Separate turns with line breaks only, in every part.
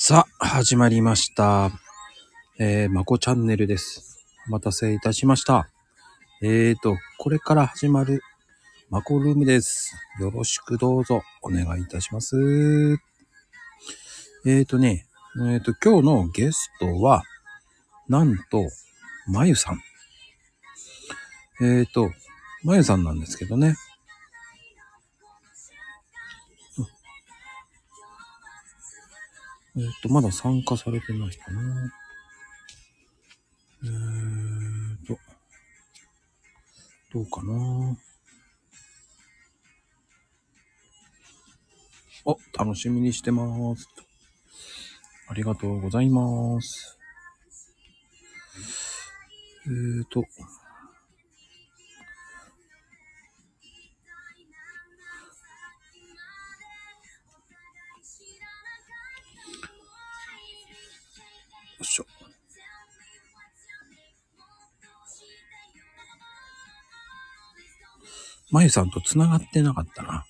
さあ、始まりました。まこチャンネルです。お待たせいたしました。これから始まるまこルームです。よろしくどうぞお願いいたします。今日のゲストは、なんと、まゆさん。まゆさんなんですけどね。まだ参加されてないかな。どうかな。楽しみにしてます。ありがとうございます。よいしょ。まゆさんと繋がってなかったな。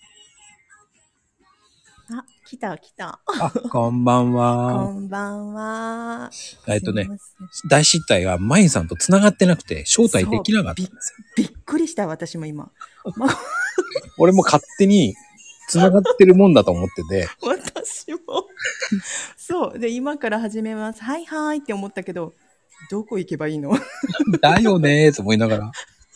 あ、来た。
こんばんは。
こんばんは。
大失態はまゆさんと繋がってなくて招待できなかったんですよ。
びっくりした、私も今。
俺も勝手に繋がってるもんだと思ってて。
私も。そう。で、今から始めます。はいはいって思ったけど、どこ行けばいいの
だよねーと思いながら。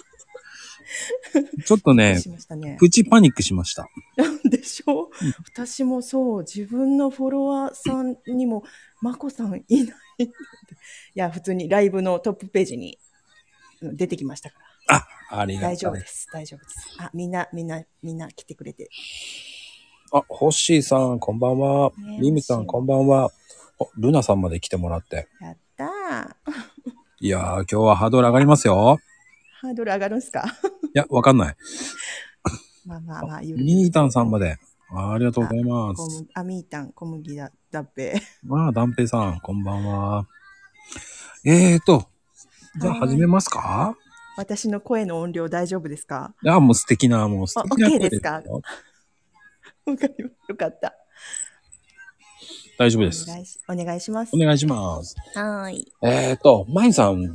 ちょっとね、プチパニックしました。
でしょ、私もそう、自分のフォロワーさんにも、まこさんいない。いや、普通にライブのトップページに出てきましたから。
ありがとう。
大丈夫です。あ、みんな来てくれて。
ホッシーさん、こんばんは。リムさん、こんばんは。ルナさんまで来てもらって。
やったー。
いやー、今日はハードル上がりますよ。
ハードル上がるんすか
いや、わかんない。
まあ、
ミータンさんまで。ありがとうございます。
ミータン、小麦だっぺ。
ダンペイさん、こんばんは。じゃあ始めますか？
私の声の音量大丈夫ですか？
もう素敵な声ですよ。
OK ですか？よかった。
大丈夫です。
お願いします。
お願いします。
はい。
まゆさん、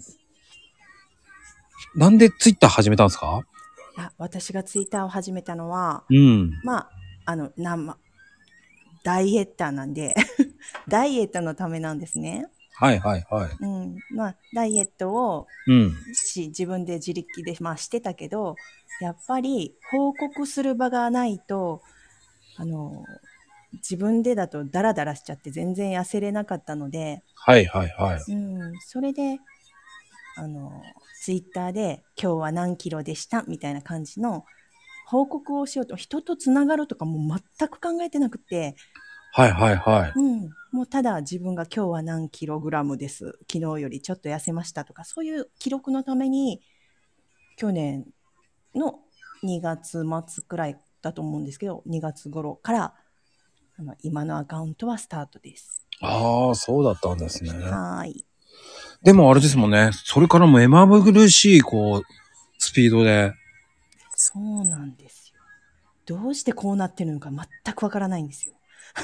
なんでツイッター始めたんですか？
私がツイッターを始めたのは、ダイエッターなんで、ダイエットのためなんですね。
はい。
ダイエットを自分で自力でしてたけど、やっぱり報告する場がないと、自分でだとダラダラしちゃって全然痩せれなかったので、それでツイッターで今日は何キロでしたみたいな感じの報告をしようと、人とつながるとかも全く考えてなくて、もうただ自分が今日は何キログラムです、昨日よりちょっと痩せましたとか、そういう記録のために去年の2月末くらいだと思うんですけど、2月頃から今のアカウントはスタートです。
そうだったんですね。
はい。
でもあれですもんね。それからも目まぐるしいスピードで。
そうなんですよ。どうしてこうなってるのか全くわからないんですよ。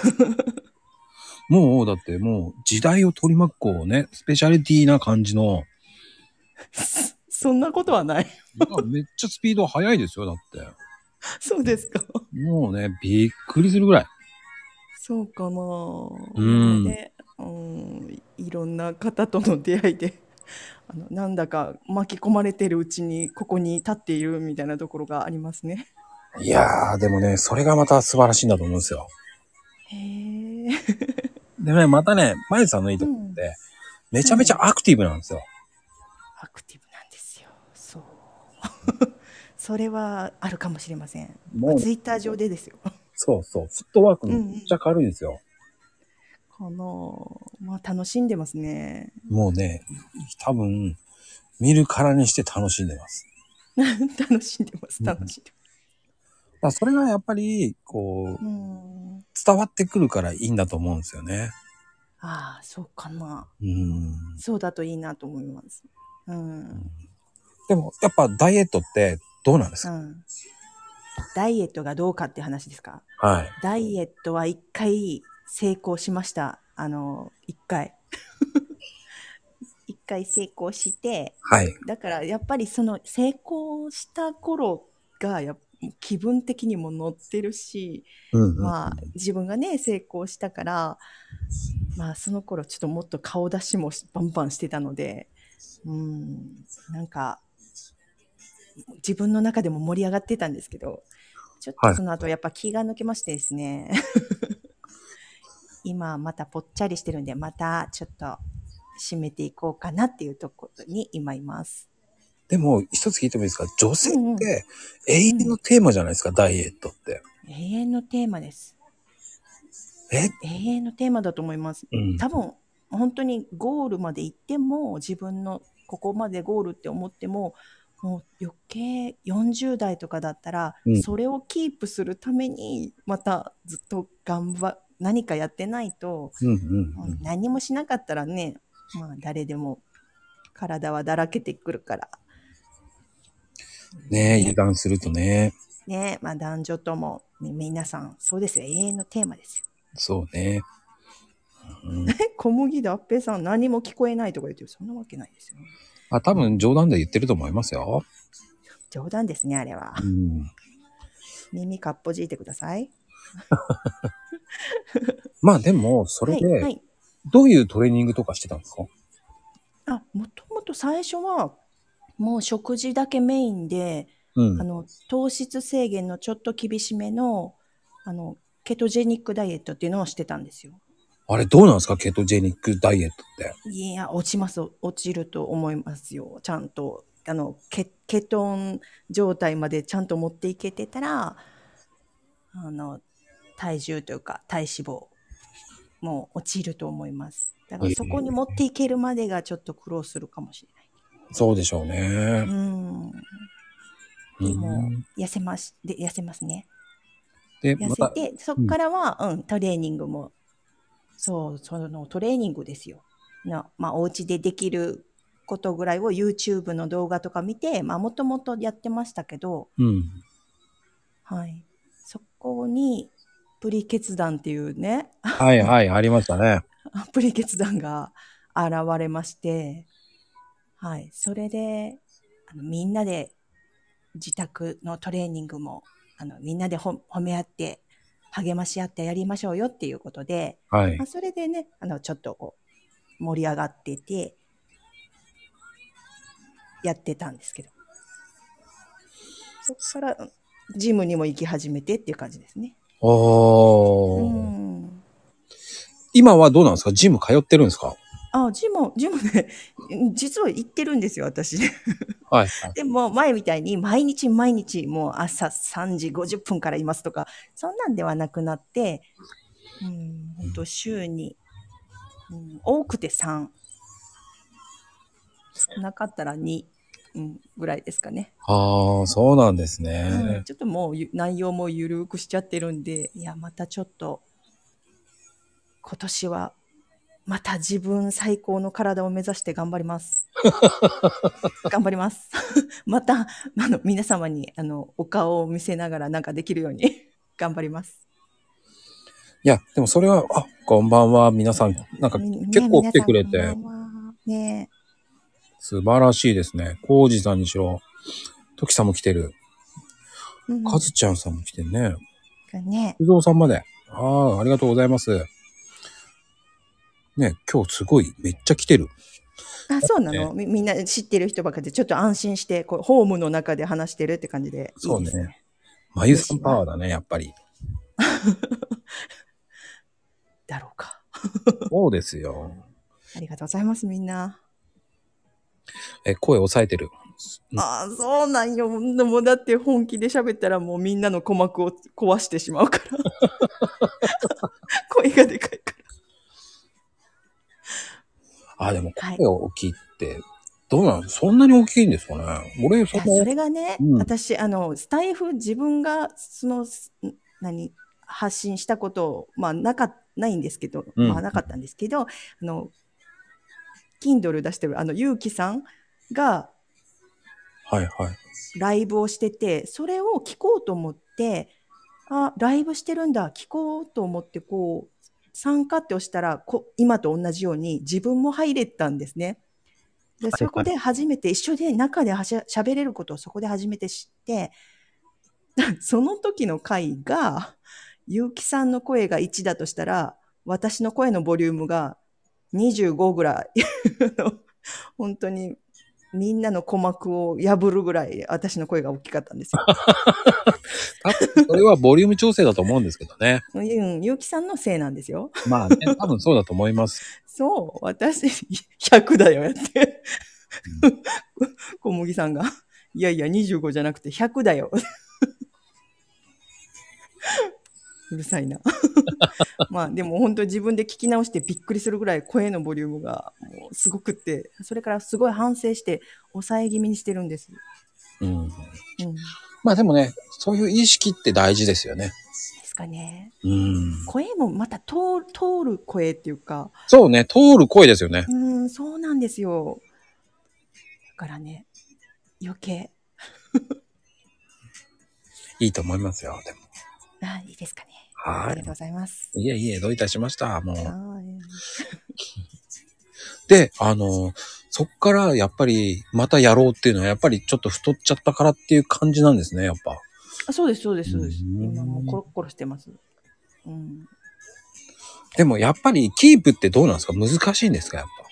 もうだって時代を取り巻くスペシャリティな感じの。
そんなことはない。
めっちゃスピード速いですよ、だって。
そうですか。
もうね、びっくりするぐらい。
そうかな。なので、いろんな方との出会いで、なんだか巻き込まれてるうちにここに立っているみたいなところがありますね。
いやー、でもね、それがまた素晴らしいんだと思うんですよ。
へー。
でね、またね、まゆさんのいいところって、めちゃめちゃアクティブなんですよ。
アクティブなんですよ。そう。それはあるかもしれません。ツイッター上でですよ。
そう。フットワークめっちゃ軽いんですよ。
楽しんでますね。
もうね、多分、見るからにして楽しんでます。
楽しんでます。
それがやっぱり、伝わってくるからいいんだと思うんですよね。
そうかな。そうだといいなと思います。
でも、やっぱダイエットってどうなんですか？
ダイエットがどうかって話ですか？
はい。
ダイエットは一回成功しました。 一回成功して、
はい。
だからやっぱりその成功した頃が気分的にも乗ってるし、まあ自分がね成功したから、まあその頃ちょっともっと顔出しもバンバンしてたので、なんか自分の中でも盛り上がってたんですけど、ちょっとその後やっぱ気が抜けましてですね、今またぽっちゃりしてるんで、またちょっと締めていこうかなっていうところに今います。
でも、一つ聞いてもいいですか？女性って永遠のテーマじゃないですか、ダイエットって。
永遠のテーマです。永遠のテーマだと思います。多分、本当にゴールまで行っても、自分のここまでゴールって思っても、もう余計40代とかだったら、それをキープするために、またずっと何かやってないと、何もしなかったらね、まあ誰でも体はだらけてくるから。
ねえ、油断するとね。
ねえ、まあ男女とも、皆さん、そうですよ。永遠のテーマですよ。
そうね。
小麦脱平さん、何も聞こえないとか言ってる。そんなわけないですよ。
多分冗談で言ってると思いますよ。
冗談ですね、あれは。耳かっぽじいてください。
まあでも、それで、どういうトレーニングとかしてたんですか？
もともと最初は、もう食事だけメインで、糖質制限のちょっと厳しめの、ケトジェニックダイエットっていうのをしてたんですよ。
あれどうなんですか？ケトジェニックダイエットって。
いや、落ちると思いますよ。ちゃんと、ケトン状態までちゃんと持っていけてたら、体重というか体脂肪も落ちると思います。だからそこに持っていけるまでがちょっと苦労するかもしれない。
そうでしょうね。
でも、痩せますね。
で、
痩せて、そこからは、トレーニングも、そのトレーニングですよ。まあ、お家でできることぐらいを YouTube の動画とか見て、まあ、もともとやってましたけど、はい。そこに、プリ決断っていうね。
はいはい、ありましたね。
プリ決断が現れまして、はい。それで、みんなで自宅のトレーニングも、みんなで褒め合って、励まし合ってやりましょうよっていうことで、まあ、それでね、ちょっとこう、盛り上がってて、やってたんですけど。そこから、ジムにも行き始めてっていう感じですね。
今はどうなんですか？ジム通ってるんですか？
ジムね、実は行ってるんですよ、私。
はい。
でも、前みたいに毎日、もう朝3時50分からいますとか、そんなんではなくなって、本当週に、多くて3、少なかったら2、ぐらいですかね。
そうなんですね。
ちょっともう内容もゆるくしちゃってるんで、いや、またちょっと、今年は、また自分最高の体を目指して頑張ります。頑張ります。また、皆様に、お顔を見せながらなんかできるように頑張ります。
いや、でもそれは、こんばんは、皆さん、なんか結構来てくれて。
ね、
素晴らしいですね。コウジさんにしろ、トキさんも来てる。カズちゃんさんも来てるね。不動さんまで。ありがとうございます。ね、今日すごい、めっちゃ来てる。
そうなの、みんな知ってる人ばかりで、ちょっと安心して、こうホームの中で話してるって感じでいいですね。
まゆさんパワーだね、やっぱり。
だろうか。
そうですよ。
ありがとうございます、みんな。
声抑えてる。
そうなんよ。でもだって本気で喋ったらもうみんなの鼓膜を壊してしまうから。声がでかいから。
でも声大きいって、どうなの？そんなに大きいんですかね？
それがね、私、スタイフ自分が、発信したこと、まあ、ないんですけど、なかったんですけど、Kindle 出してる、ゆうきさんが、ライブをしてて、それを聞こうと思って、ライブしてるんだ、聞こうと思って、こう、 参加って押したら、今と同じように自分も入れたんですね。で、そこで初めて一緒で中で喋れることをそこで初めて知って、その時の回が、ゆうきさんの声が1だとしたら、私の声のボリュームが25ぐらい、本当にみんなの鼓膜を破るぐらい私の声が大きかったんですよ。
多分それはボリューム調整だと思うんですけどね。
ゆうきさんのせいなんですよ。
まあね、多分そうだと思います。
そう、私100だよやって。小麦さんが。いやいや、25じゃなくて100だよ。うるさいな。まあでも本当に自分で聞き直してびっくりするぐらい声のボリュームがもうすごくって、それからすごい反省して抑え気味にしてるんです。
うん。まあでもね、そういう意識って大事ですよね。
ですかね。
うん。
声もまた通る声っていうか。
そうね、通る声ですよね。
そうなんですよ。だからね、余計。
いいと思いますよ、でも。
いいですかね。
はい。
ありがとうございます。
いえいえ、どういたしました、もう。
はい。
で、そっからやっぱりまたやろうっていうのはやっぱりちょっと太っちゃったからっていう感じなんですね、やっぱ。
そうです、そうです、そうです。今もうコロッコロしてます。
でもやっぱりキープってどうなんですか？難しいんですか、やっぱ。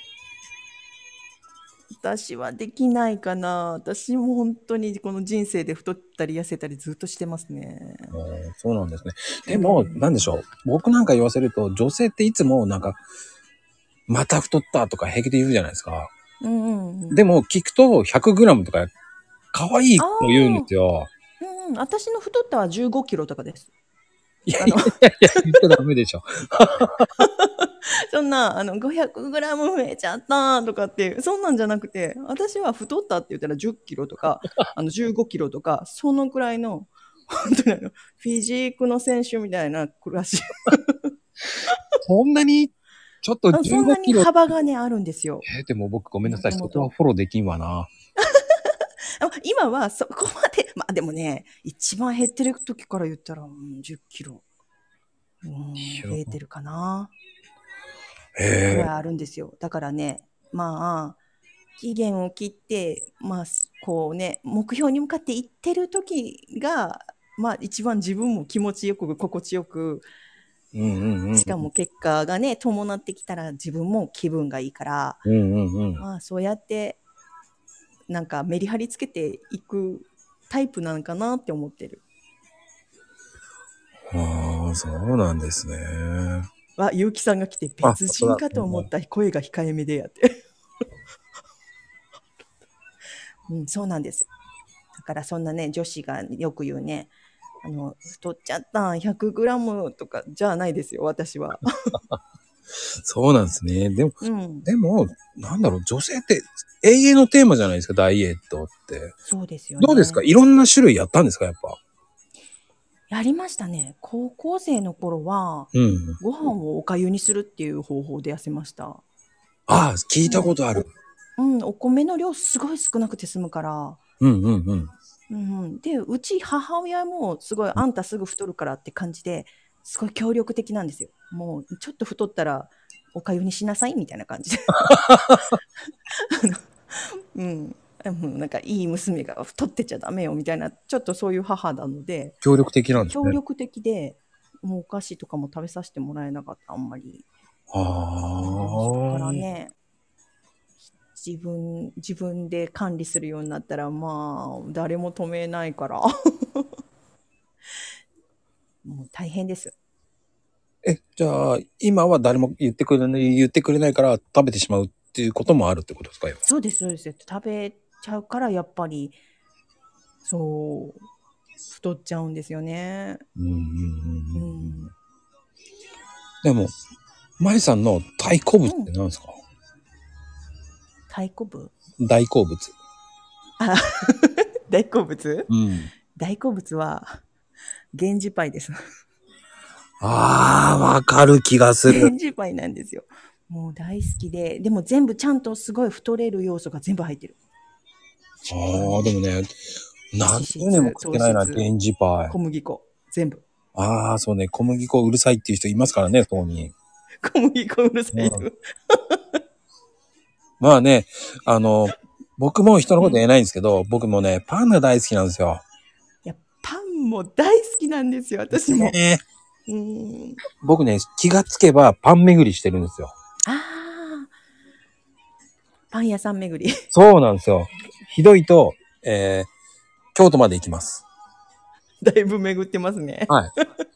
私はできないかな。私も本当にこの人生で太ったり痩せたりずっとしてますね。
そうなんですね。でも、なんでしょう。僕なんか言わせると、女性っていつもなんか、また太ったとか平気で言うじゃないですか。でも聞くと 100g とか可愛いと言うんですよ。
私の太ったは15キロとかです。
いやいやいや、言っちゃダメでしょ。
そんな、500グラム増えちゃったとかっていう、そんなんじゃなくて、私は太ったって言ったら10キロとか、15キロとか、そのくらいの、本当にフィジークの選手みたいな暮らし。
そんなに、ちょっと15キロ。
そんなに幅がね、あるんですよ。
でも僕ごめんなさい、そこはフォローできんわな。
今はそこまで、まあでもね、一番減ってる時から言ったら、10キロ。増えてるかな。ぐらいあるんですよ。だからね、まあ、期限を切って、まあ、こうね、目標に向かっていってる時が、まあ一番自分も気持ちよく、心地よく、しかも結果がね、伴ってきたら自分も気分がいいから、まあそうやって、なんかメリハリつけていくタイプなのかなって思ってる。
ああ、そうなんですね。
結城さんが来て別人かと思った声が控えめでやって。そうなんです。だからそんなね、女子がよく言うね、太っちゃった 100g とかじゃないですよ、私は。
そうなんですね。でも、なんだろう、女性って永遠のテーマじゃないですか、ダイエットって。
そうですよね。
どうですか？いろんな種類やったんですか、やっぱ。
やりましたね。高校生の頃は、ご飯をおかゆにするっていう方法で痩せました。あ
あ、聞いたことある。
お米の量すごい少なくて済むから。で、うち母親もすごいあんたすぐ太るからって感じですごい協力的なんですよ。もうちょっと太ったらおかゆにしなさいみたいな感じで。なんかいい娘が太ってちゃダメよみたいな、ちょっとそういう母なので。
協力的なんですね。
協力的で、もうお菓子とかも食べさせてもらえなかった、あんまり。そっからね、自分で管理するようになったら、まあ、誰も止めないから。もう大変です。
じゃあ、今は誰も言ってくれないから食べてしまうっていうこともあるってことですか？
そうです、そうです。食べちゃうから、やっぱり、そう、太っちゃうんですよね。
でも、まゆさんの大好物って何ですか？
大好物？
大好物。
大好物？大好物は、源氏パイです。
わかる気がする。
源氏パイなんですよ。もう大好きで、でも全部ちゃんとすごい太れる要素が全部入ってる。
でもね、何年も食ってないな、源氏パイ。
小麦粉、全部。
そうね、小麦粉うるさいっていう人いますからね、そこに。
小麦粉うるさい、
まあね、僕も人のこと言えないんですけど、僕もね、パンが大好きなんですよ。
いや、パンも大好きなんですよ、私も。
僕ね、気がつけばパン巡りしてるんですよ。
パン屋さん巡り。
そうなんですよ。ひどいと、京都まで行きます。
だいぶ巡ってますね。
はい。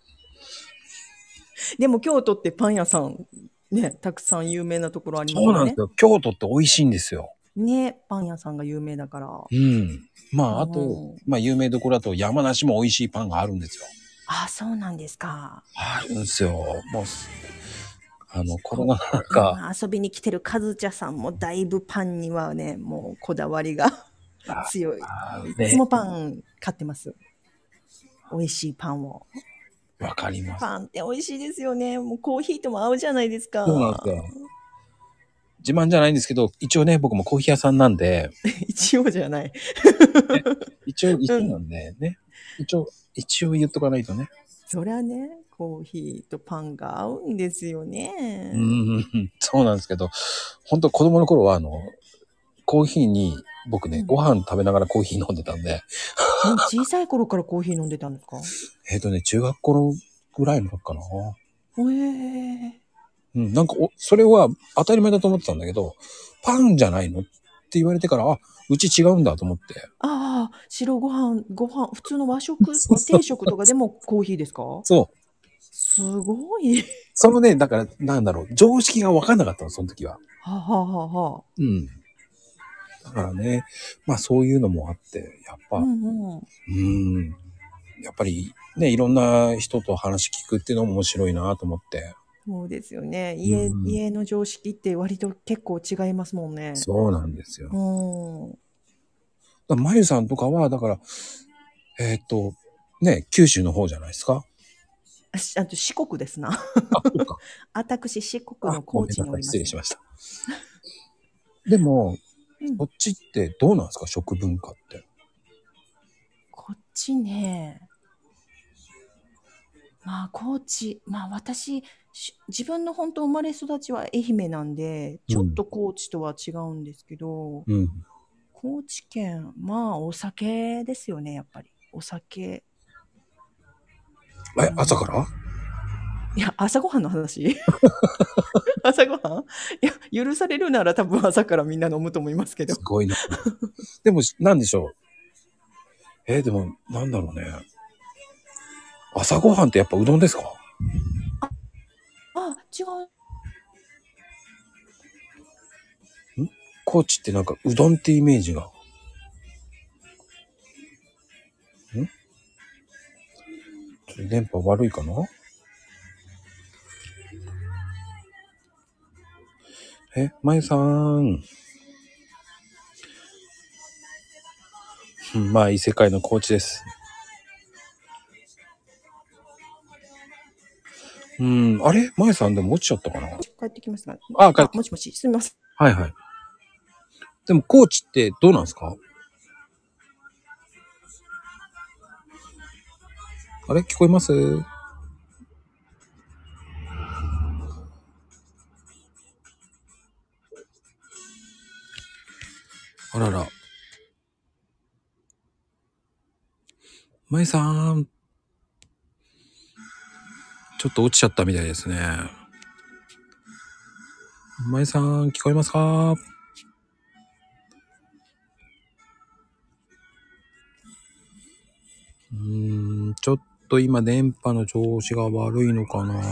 でも京都ってパン屋さん、ね、たくさん有名なところありますよね。
そうなんですよ。京都って美味しいんですよ。
ね、パン屋さんが有名だから。
まあ、あと、有名どころだと山梨も美味しいパンがあるんですよ。
そうなんですか。
あるんですよ。もう、コロナ禍か。
遊びに来てるカズチャさんもだいぶパンにはね、もうこだわりが強い。いつもパン買ってます。美味しいパンを。
わかります。
パンって美味しいですよね。もうコーヒーとも合うじゃないですか。
そうなんですよ。自慢じゃないんですけど、一応ね、僕もコーヒー屋さんなんで。
一応じゃない。
一応なんでね。一応言っとかないとね。
そりゃね、コーヒーとパンが合うんですよね。
そうなんですけど、本当子供の頃はコーヒーに、僕ね、ご飯食べながらコーヒー飲んでたんで。
もう小さい頃からコーヒー飲んでたんですか？
中学校ぐらいの時かな。なんかそれは当たり前だと思ってたんだけど、パンじゃないのって言われてから、うち違うんだと思って。
白ご飯、普通の和食、定食とかでもコーヒーですか？
そう。
すごい。
そのね、だから、なんだろう、常識が分かんなかったの、その時は。だからね、まあそういうのもあって、やっぱ、やっぱりね、いろんな人と話聞くっていうのも面白いなと思って。
そうですよね。家の常識って割と結構違いますもんね。
そうなんですよ。まゆさんとかは、だから、ね、九州の方じゃないですか？
四国ですな。私、四国の高知におります。
失礼しました。でも、こっちってどうなんですか？食文化って。
こっちね。まあ、高知、私、自分の本当生まれ育ちは愛媛なんで、ちょっと高知とは違うんですけど、高知県、お酒ですよね、やっぱり。お酒。
朝から？
いや、朝ごはんの話朝ごはんいや、許されるなら多分朝からみんな飲むと思いますけど。
すごいな。でも、なんでしょう。でも、なんだろうね。朝ごはんってやっぱうどんですか？
違う。
高知ってなんかうどんってイメージが。電波悪いかな？まゆさん。まあ、異世界の高知です。あれまゆさんでも落ちちゃったかな？
帰ってきました。もしもし、すみません。
はいはい。でも、高知ってどうなんですか？あれ聞こえます？あらら。まゆさん。ちょっと落ちちゃったみたいですね。まゆさん、聞こえますか？ちょっと今電波の調子が悪いのかな。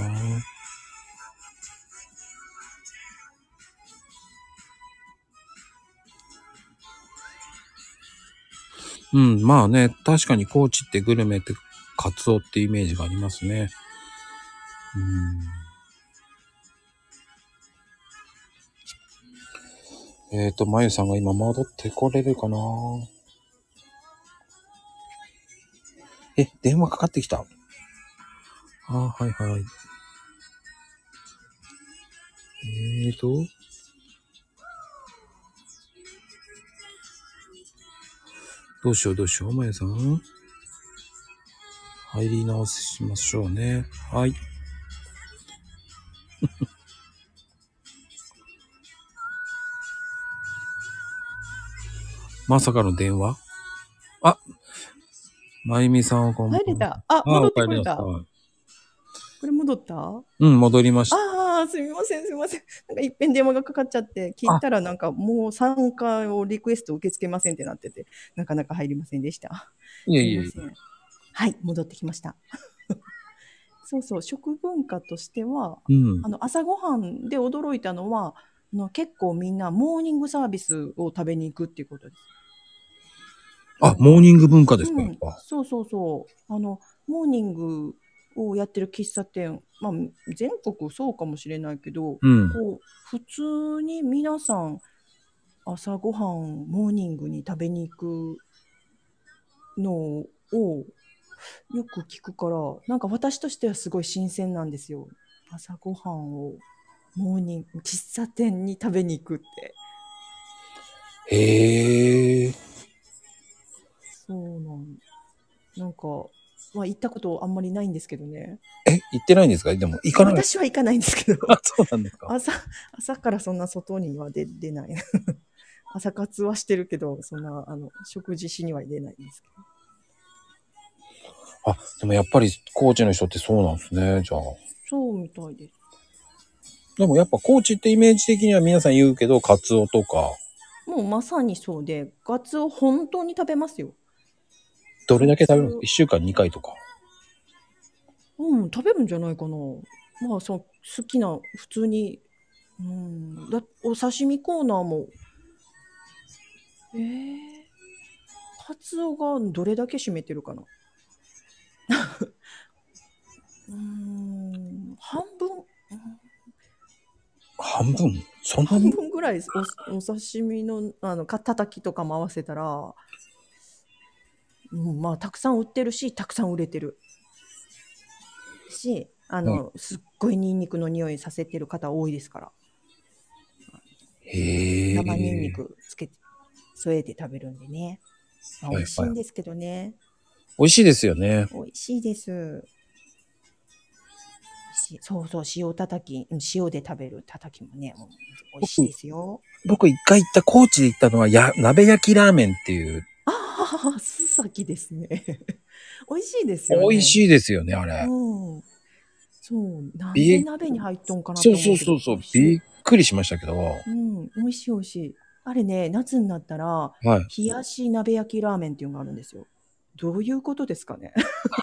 まあね、確かに高知ってグルメってカツオってイメージがありますね。まゆさんが今戻ってこれるかな。電話かかってきた。はいはい。どうしよう、まゆさん。入り直しましょうね。はい。 まさかの電話？あ、まゆみさんはこんばんは。
入れた。あ、戻ってこれた。
こ
れ戻った？
うん、戻りました。
ああ、すみません。なんかいっぺん電話がかかっちゃって、聞いたらなんかもう参加をリクエスト受け付けませんってなってて、なかなか入りませんでした。
いえいえ。
すみません。はい、戻ってきました。そうそう、食文化としては、朝ごはんで驚いたのは、結構みんなモーニングサービスを食べに行くっていうことです。
あ、モーニング文化ですか？
そう。モーニングをやってる喫茶店、まあ、全国そうかもしれないけど、こう普通に皆さん朝ごはんモーニングに食べに行くのをよく聞くから、なんか私としてはすごい新鮮なんですよ。朝ごはんをモーニング喫茶店に食べに行くって。
へえ。
そうなんか、まあ行ったことあんまりないんですけどね。
行ってないんですか？でも行かない。
私は行かないんですけど。
そうなんですか。
朝からそんな外には出ない。朝活はしてるけど、そんな食事しには出ないんですけど。
あ、でもやっぱり高知の人ってそうなんですね、じゃあ。
そうみたいです。
でもやっぱ高知ってイメージ的には皆さん言うけど、カツオとか。
もうまさにそうで、カツオ本当に食べますよ。
どれだけ食べるの？ 1 週間2回とか。
食べるんじゃないかな。まあ、好きな、普通に、お刺身コーナーも、カツオがどれだけ占めてるかな。半分、
半分？そんな
半
に？
分ぐらいお刺身のたたきとかも合わせたら、まあたくさん売ってるし、たくさん売れてるし、すっごいニンニクの匂いさせてる方多いですから。生ニンニクつけて添えて食べるんでね。美味しいんですけどね。
美味しいですよね。
美味しいです。そう、塩たたき、塩で食べるたたきもね、美味しいですよ。
僕一回行った、高知で行ったのは鍋焼きラーメンっていう。
ああ、須崎ですね。美味しいですよね。
美味しいですよね、あれ。
そう、なんで鍋に入っとんかなと思うけど。
そう。びっくりしましたけど。
美味しい。あれね、夏になったら、冷やし鍋焼きラーメンっていうのがあるんですよ。どういうことですかね。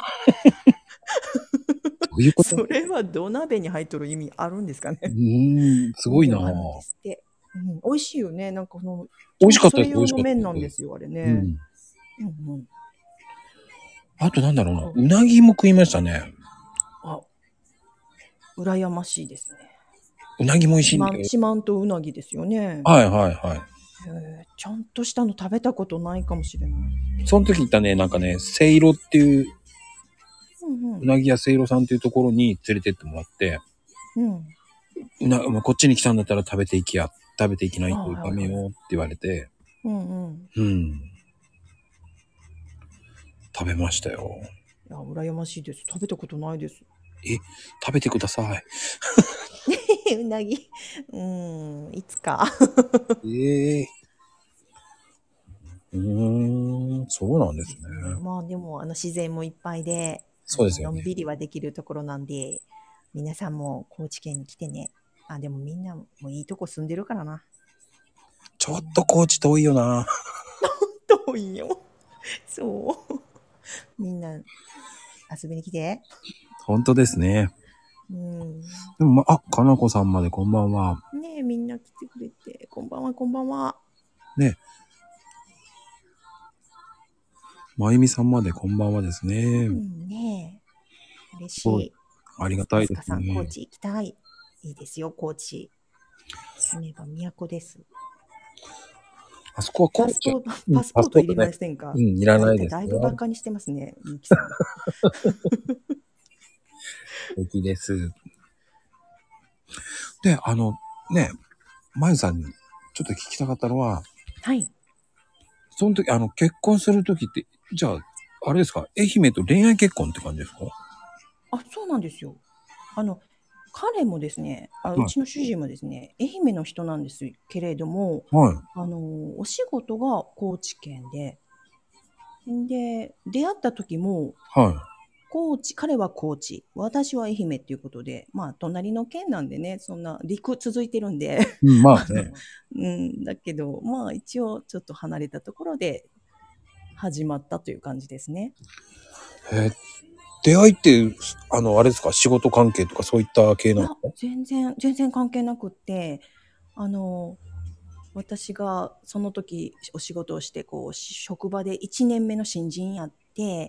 どういうこと？
それは土鍋に入っとる意味あるんですかね。
すごいな。
あるんですって。美味しいよね。なんか
美味しかったです。
それ用の麺なんですよ、あれね。
あとなんだろうな。うなぎも食いましたね。
あ、羨ましいですね。
うなぎも美味しいんだよ。
四万十うなぎですよね。
はい。
ちゃんとしたの食べたことないかもしれない。
その時行ったね、なんかね、せいろっていう、うなぎ屋せいろさんっていうところに連れてってもらって、こっちに来たんだったら食べていきないとダメよって言われて、食べましたよ。
いや、羨ましいです。食べたことないです。
食べてください。
うなぎ。いつか。
そうなんですね。
まあでも自然もいっぱいで、
そうですよね。
のんびりはできるところなんで、皆さんも高知県に来てね。でもみんなもいいとこ住んでるからな。
ちょっと高知遠いよな。
遠いよ。そう。みんな遊びに来て。
本当ですね。でもかなこさんまでこんばんは。
ねえ、みんな来てくれて、こんばんは。
ね。まゆみさんまでこんばんはですね。
ねえ。嬉しい。
ありがたいですね。
さん、高知行きたい。いいですよ、高知。住めば都です。
あそこは高知。
パスポートいりませんか？
いらないです。
だいぶバカにしてますね、ゆきさん。
素敵です。で、まゆさんにちょっと聞きたかったのは、その時、結婚する時って、じゃあ、あれですか、愛媛と恋愛結婚って感じですか？
そうなんですよ。 彼もですね、うちの主人もですね、愛媛の人なんですけれども、
はい。
お仕事が高知県で、で、出会った時も、
はい。
彼は高知、私は愛媛っていうことで、まあ、隣の県なんでね、そんな陸続いてるんで、
うん、まあね。
だけど、まあ、一応ちょっと離れたところで始まったという感じですね。
出会いって、あれですか、仕事関係とかそういった系なの？
全然関係なくって、私がその時お仕事をして、職場で1年目の新人やって、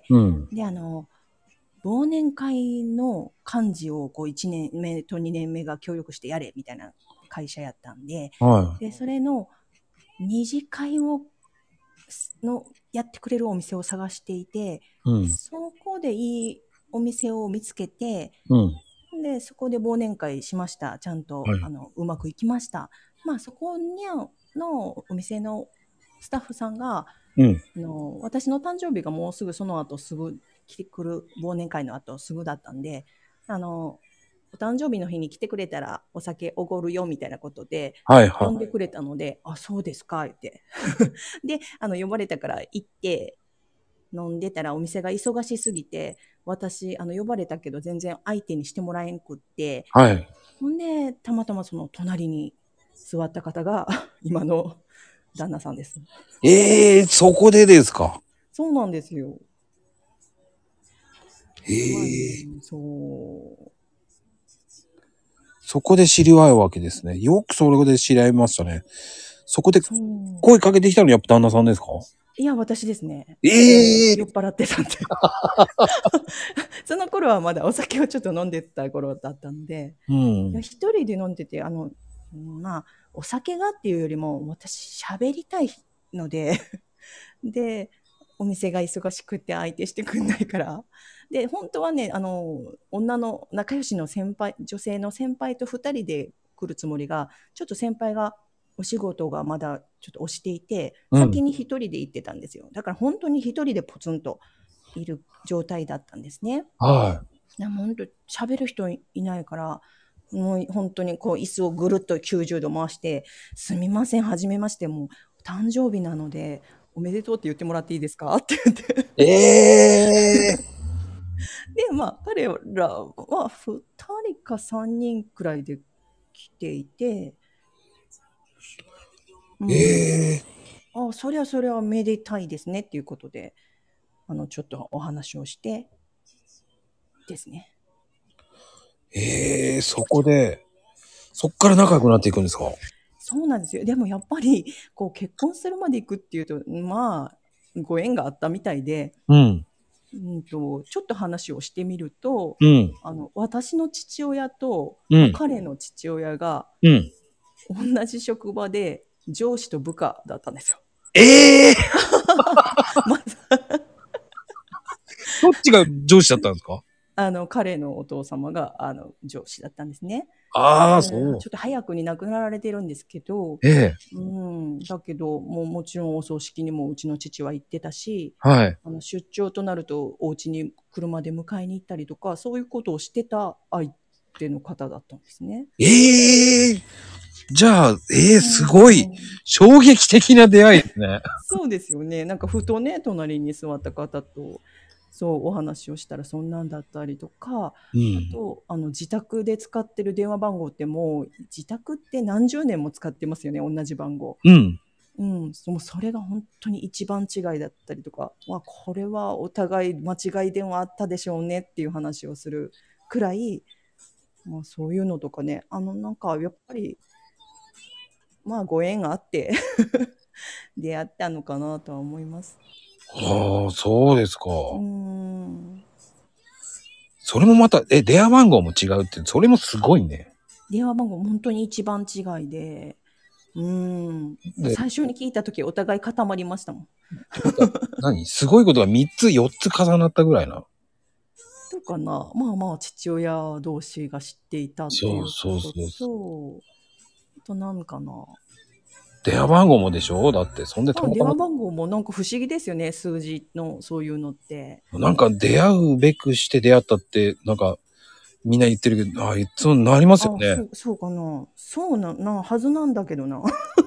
うん。
で、忘年会の幹事を1年目と2年目が協力してやれみたいな会社やったんで、
はい。
で、それの二次会やってくれるお店を探していて、
うん。
そこでいいお店を見つけて、
うん。
で、そこで忘年会しました。ちゃんと、
はい。
うまくいきました。まあ、そこのお店のスタッフさんが、
うん。
私の誕生日がもうすぐその後すぐ来てくる、忘年会の後すぐだったんで、お誕生日の日に来てくれたらお酒おごるよみたいなことで、
はいはい。
呼んでくれたので、あ、そうですか、言って。で、呼ばれたから行って、飲んでたらお店が忙しすぎて、私、呼ばれたけど全然相手にしてもらえんくって、
はい。
ほんで、たまたまその隣に座った方が今の旦那さんです。
そこでですか？
そうなんですよ。そう。
そこで知り合うわけですね。よくそれで知り合いましたね。そこで声かけてきたのにやっぱ旦那さんですか？
いや、私ですね。酔っ払ってたんで。その頃はまだお酒をちょっと飲んでた頃だったので、一人で飲んでて、まあ、お酒がっていうよりも、私喋りたいので、で、お店が忙しくて相手してくんないから。で、本当はね、女の仲良しの女性の先輩と2人で来るつもりが、ちょっと先輩がお仕事がまだちょっと押していて、先に1人で行ってたんですよ。だから本当に1人でポツンといる状態だったんですね。
はい。
でも本当喋る人いないから、もう本当に椅子をぐるっと90度回して、すみません、はじめまして、もう誕生日なので、おめでとうって言ってもらっていいですかって言って。で、まあ、彼らは2人か3人くらいで来ていて、そりゃめでたいですねっていうことで、ちょっとお話をしてですね。
そこで、そっから仲良くなっていくんですか？
そうなんですよ。でもやっぱり、結婚するまで行くっていうと、まあ、ご縁があったみたいで、ちょっと話をしてみると、私の父親と、彼の父親が、同じ職場で上司と部下だったんですよ。
どっちが上司だったんですか？
彼のお父様が上司だったんですね。
そう。
ちょっと早くに亡くなられてるんですけど、だけどもちろんお葬式にもうちの父は行ってたし、出張となるとお家に車で迎えに行ったりとか、そういうことをしてた相手の方だったんですね。
じゃあ、すごい衝撃的な出会いですね。
そうですよね。なんかふとね、隣に座った方とそうお話をしたらそんなんだったりとか、あと自宅で使ってる電話番号ってもう自宅って何十年も使ってますよね、同じ番号。それが本当に一番違いだったりとか、これはお互い間違い電話あったでしょうねっていう話をするくらい、そういうのとかね、なんかやっぱりご縁があって出会ったのかなとは思います。
そうですか。それもまた、電話番号も違うって、それもすごいね。
電話番号本当に一番違いで、最初に聞いたときお互い固まりましたもん。
何？すごいことが3つ、4つ重なったぐらいな。
とかな。父親同士が知っていたっていうことと、あと何かな。
電話番号もでしょ？だってそんで
電話番号もなんか不思議ですよね、数字のそういうのって。
なんか出会うべくして出会ったって、なんかみんな言ってるけど、そうなりますよね。
そうかな。そうなはずなんだけどな。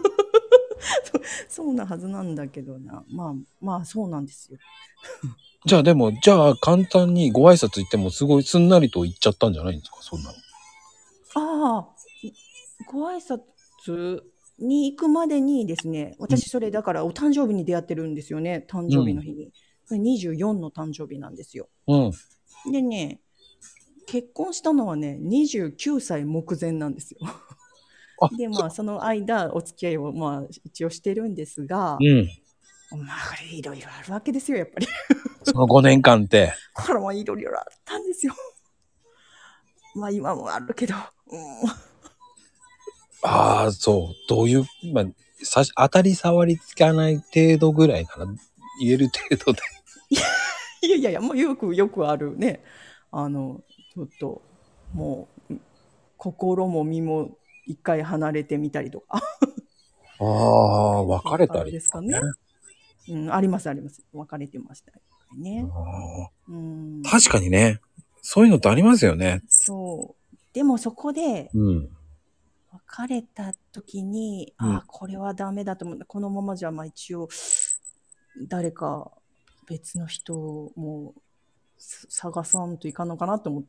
そうなはずなんだけどな。まあ、そうなんですよ。
じゃあ簡単にご挨拶行ってもすごいすんなりと言っちゃったんじゃないんですか、そんなの。
ああ、ご挨拶に行くまでにですね、私それだからお誕生日に出会ってるんですよね、誕生日の日に。24の誕生日なんですよ。でね、結婚したのはね、29歳目前なんですよ。で、まあ、その間、お付き合いを、まあ、一応してるんですが、まあ、いろいろあるわけですよ、やっぱり。
その5年間って。
これもいろいろあったんですよ。まあ、今もあるけど。
そう。どういう、まあ、当たり障りつかない程度ぐらいなら言える程度で。
いや、もうよくあるね。ちょっと、もう、心も身も一回離れてみたりとか。
別れたり
ですかね。あります。別れてましたね。
確かにね。そういうのってありますよね。
そう。でもそこで、別れた時に、これはダメだと思う。このままじゃ、まあ一応、誰か別の人も探さんといかんのかなと思って、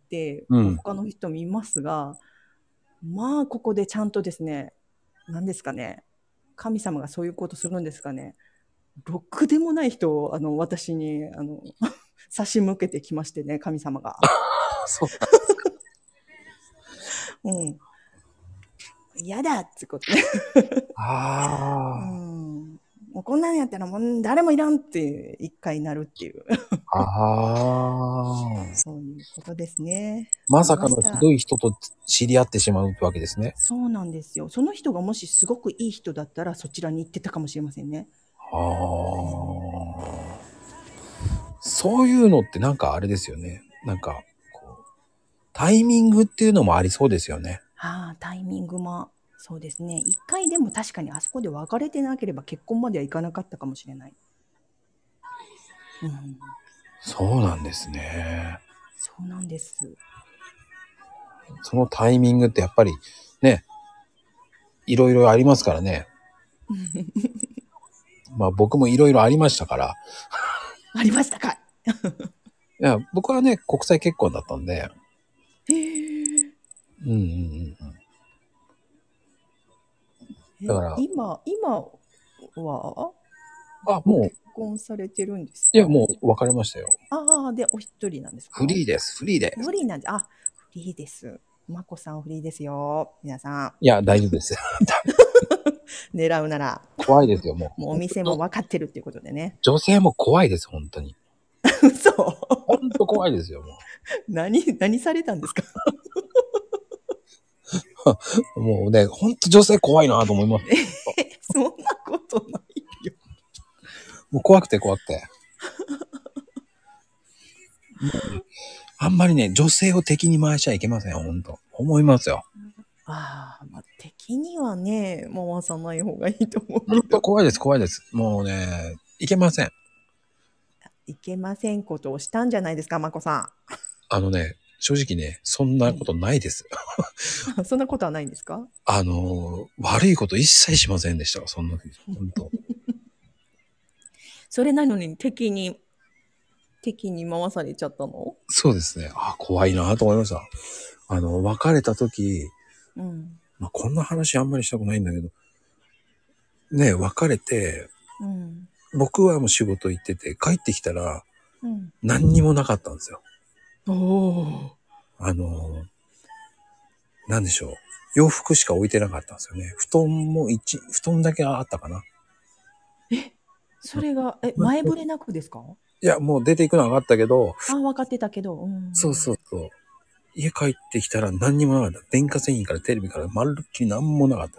他の人見ますが、まあここでちゃんとですね、何ですかね、神様がそういうことするんですかね。ろくでもない人を私に差し向けてきましてね、神様が。
そうなんですか。
嫌だってことね。もうこんなんやったらもう誰もいらんって一回なるっていう。そういうことですね。
まさかのひどい人と知り合ってしまうわけですね。
そうなんですよ。その人がもしすごくいい人だったらそちらに行ってたかもしれませんね。
そういうのってなんかあれですよね。なんかタイミングっていうのもありそうですよね。
タイミングもそうですね。一回でも確かにあそこで別れてなければ結婚まではいかなかったかもしれない。
そうなんですね。
そうなんです。
そのタイミングってやっぱりね、いろいろありますからね。まあ僕もいろいろありましたから。
ありましたか。
いや、僕はね、国際結婚だったんで。だから。
今は
もう。
結婚されてるんですか？
いや、もう別れましたよ。
で、お一人なんですか？
フリーです。
フリーなんで、フリーです。まこさんフリーですよ。皆さん。
いや、大丈夫です。
狙うなら。
怖いですよ、もう。
もうお店も分かってるっていうことでね。
女性も怖いです、本当に。
そう。
本当怖いですよ、もう。
何されたんですか？
もうね、本当女性怖いなと思います。
そんなことないよ。
もう怖くて。あんまりね、女性を敵に回しちゃいけません、本当。思いますよ。
敵にはね、回さない方がいいと思うけど。
本当怖いです。もうね、いけません。
いけませんことをしたんじゃないですか、まこさ
ん。正直ね、そんなことないです。
そんなことはないんですか？
悪いこと一切しませんでした。そんなふうに。本当。
それなのに敵に回されちゃったの？
そうですね。怖いなと思いました。別れた時、まあ、こんな話あんまりしたくないんだけど、ね、別れて、僕はもう仕事行ってて、帰ってきたら、何にもなかったんですよ。なんでしょう。洋服しか置いてなかったんですよね。布団だけあったかな。
それが、前触れなくですか？
いや、もう出ていくのは分かったけど。
分かってたけど。
そう。家帰ってきたら何にもなかった。電化製品からテレビからまるっきり何もなかったです。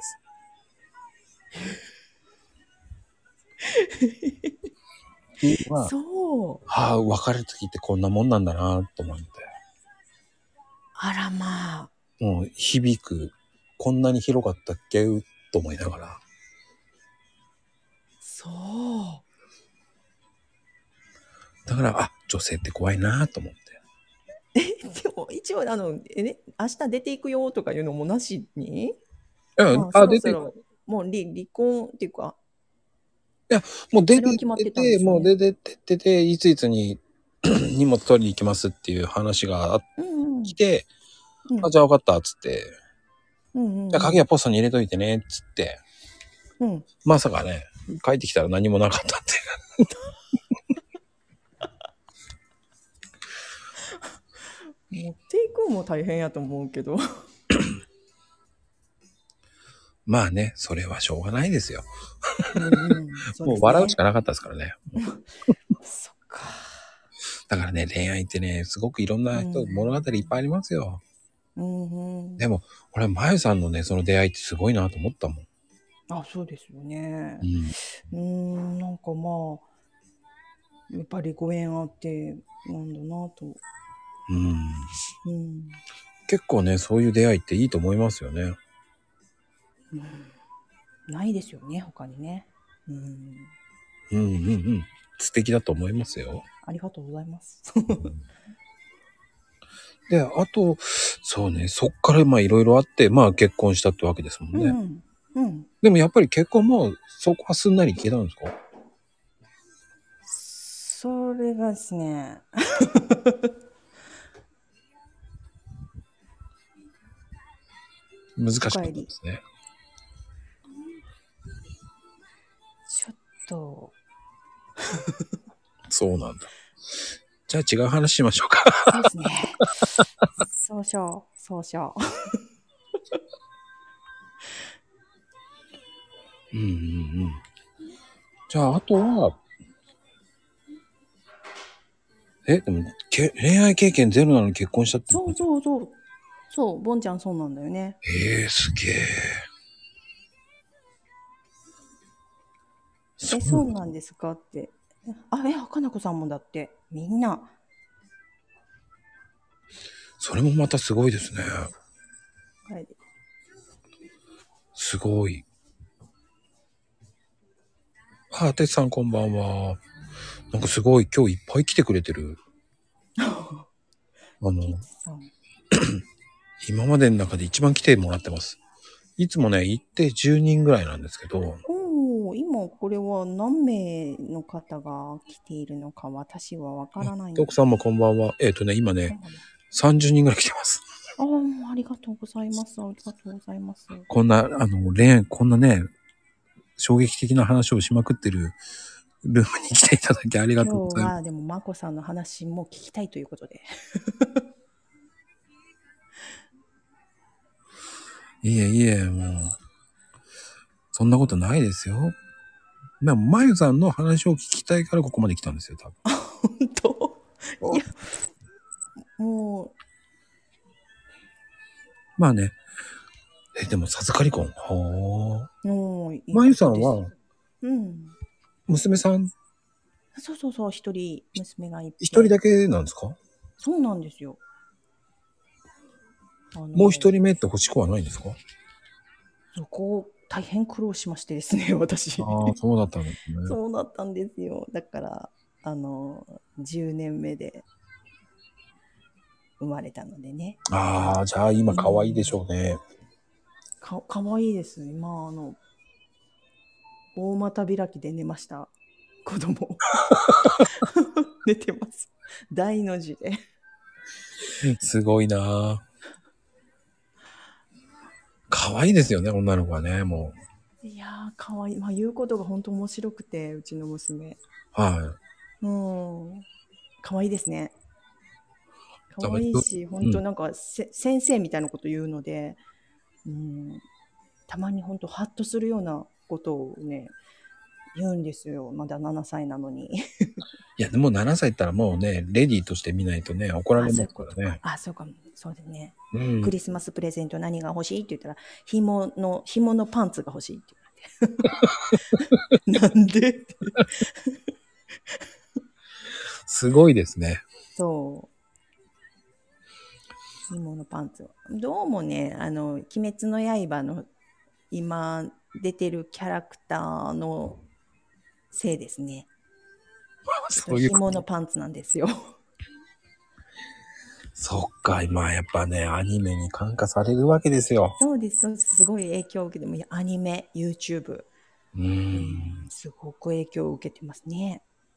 そう。別れる時ってこんなもんなんだなと思って。
あらまあ。
もう響く。こんなに広かったっけと思いながら。
そう。
だから、女性って怖いなと思って。
でも一応明日出ていくよとかいうのもなしに、
そろ
そろもう離婚っていうか、
いや、もう出てってて、もう出てってて、いついつに荷物取りに行きますっていう話が来て、じゃあ分かったっつって、じゃあ鍵はポストに入れといてねっつって、まさかね、帰ってきたら何もなかったって。
持っていくのも大変やと思うけど。
まあね、それはしょうがないですよ。もう笑うしかなかったですからね。
そっか。
だからね、恋愛ってね、すごくいろんな人、物語いっぱいありますよ。でも、俺はまゆさんのね、その出会いってすごいなと思ったもん。
そうですよね。なんかまあ、やっぱりご縁あってなんだなと。
結構ね、そういう出会いっていいと思いますよね。
ないですよね、他にね。
素敵だと思いますよ。
ありがとうございます。
で、あと、そうね、そっからまあいろいろあって、まあ結婚したってわけですもんね。でもやっぱり結婚もそこはすんなりいけたんですか？
それがですね。
難しかったですね。
ちょっと。
そうなんだ。じゃあ違う話しましょうか。
そうですね。そうしよう。
じゃああとは、でも恋愛経験ゼロなのに結婚したって
そう、ボンちゃんそうなんだよね。
すげえ。
そうなんですかって。かなこさんもだって、みんな。
それもまたすごいですね。
はい。
すごい。てつさんこんばんは。なんかすごい今日いっぱい来てくれてる。今までの中で一番来てもらってます。いつもね、行って10人ぐらいなんですけど。
今これは何名の方が来ているのか私はわからないんです。
徳さんもこんばんは。今ね、30人ぐらい来てます。
ありがとうございます。
こんな、恋愛、こんなね、衝撃的な話をしまくってるルームに来ていただきありがとうございます。
今日はでもまこさんの話も聞きたいということで。
いえ、もう。そんなことないですよ。まゆさんの話を聞きたいからここまで来たんですよ、多分。
本当？いや、もう。
まあね。でも授かり婚。まゆさんは、娘さん？
そう、一人娘がいて。
一人だけなんですか？
そうなんですよ。
もう一人目って欲しくはないんですか？
そこ大変苦労しましてですね、私。
そうだったんですね。
そうだったんですよ。だから10年目で生まれたのでね。
じゃあ今可愛いでしょうね。
かわいいです。今大股開きで寝ました。子供寝てます。大の字で。
すごいな。可愛いですよね、女の子はね、も
う。いやー、可愛い。言うことが本当面白くて、うちの娘。可愛いですね。可愛いし、本当なんか、先生みたいなこと言うので、たまに本当ハッとするようなことをね、言うんですよ。まだ7歳なのに。い
や、でも7歳ったらもうね、レディーとして見ないとね、怒られますからね。
そうかも。そうですね。クリスマスプレゼント何が欲しいって言ったら、紐のパンツが欲しいって言われて。なんで
すごいですね。
そう。紐のパンツ。どうもね、鬼滅の刃の今出てるキャラクターのせいですね。そういう紐のパンツなんですよ。
そっか、今やっぱね、アニメに感化されるわけですよ。
そうです、すごい影響を受けても、アニメ、YouTube、すごく影響を受けてますね。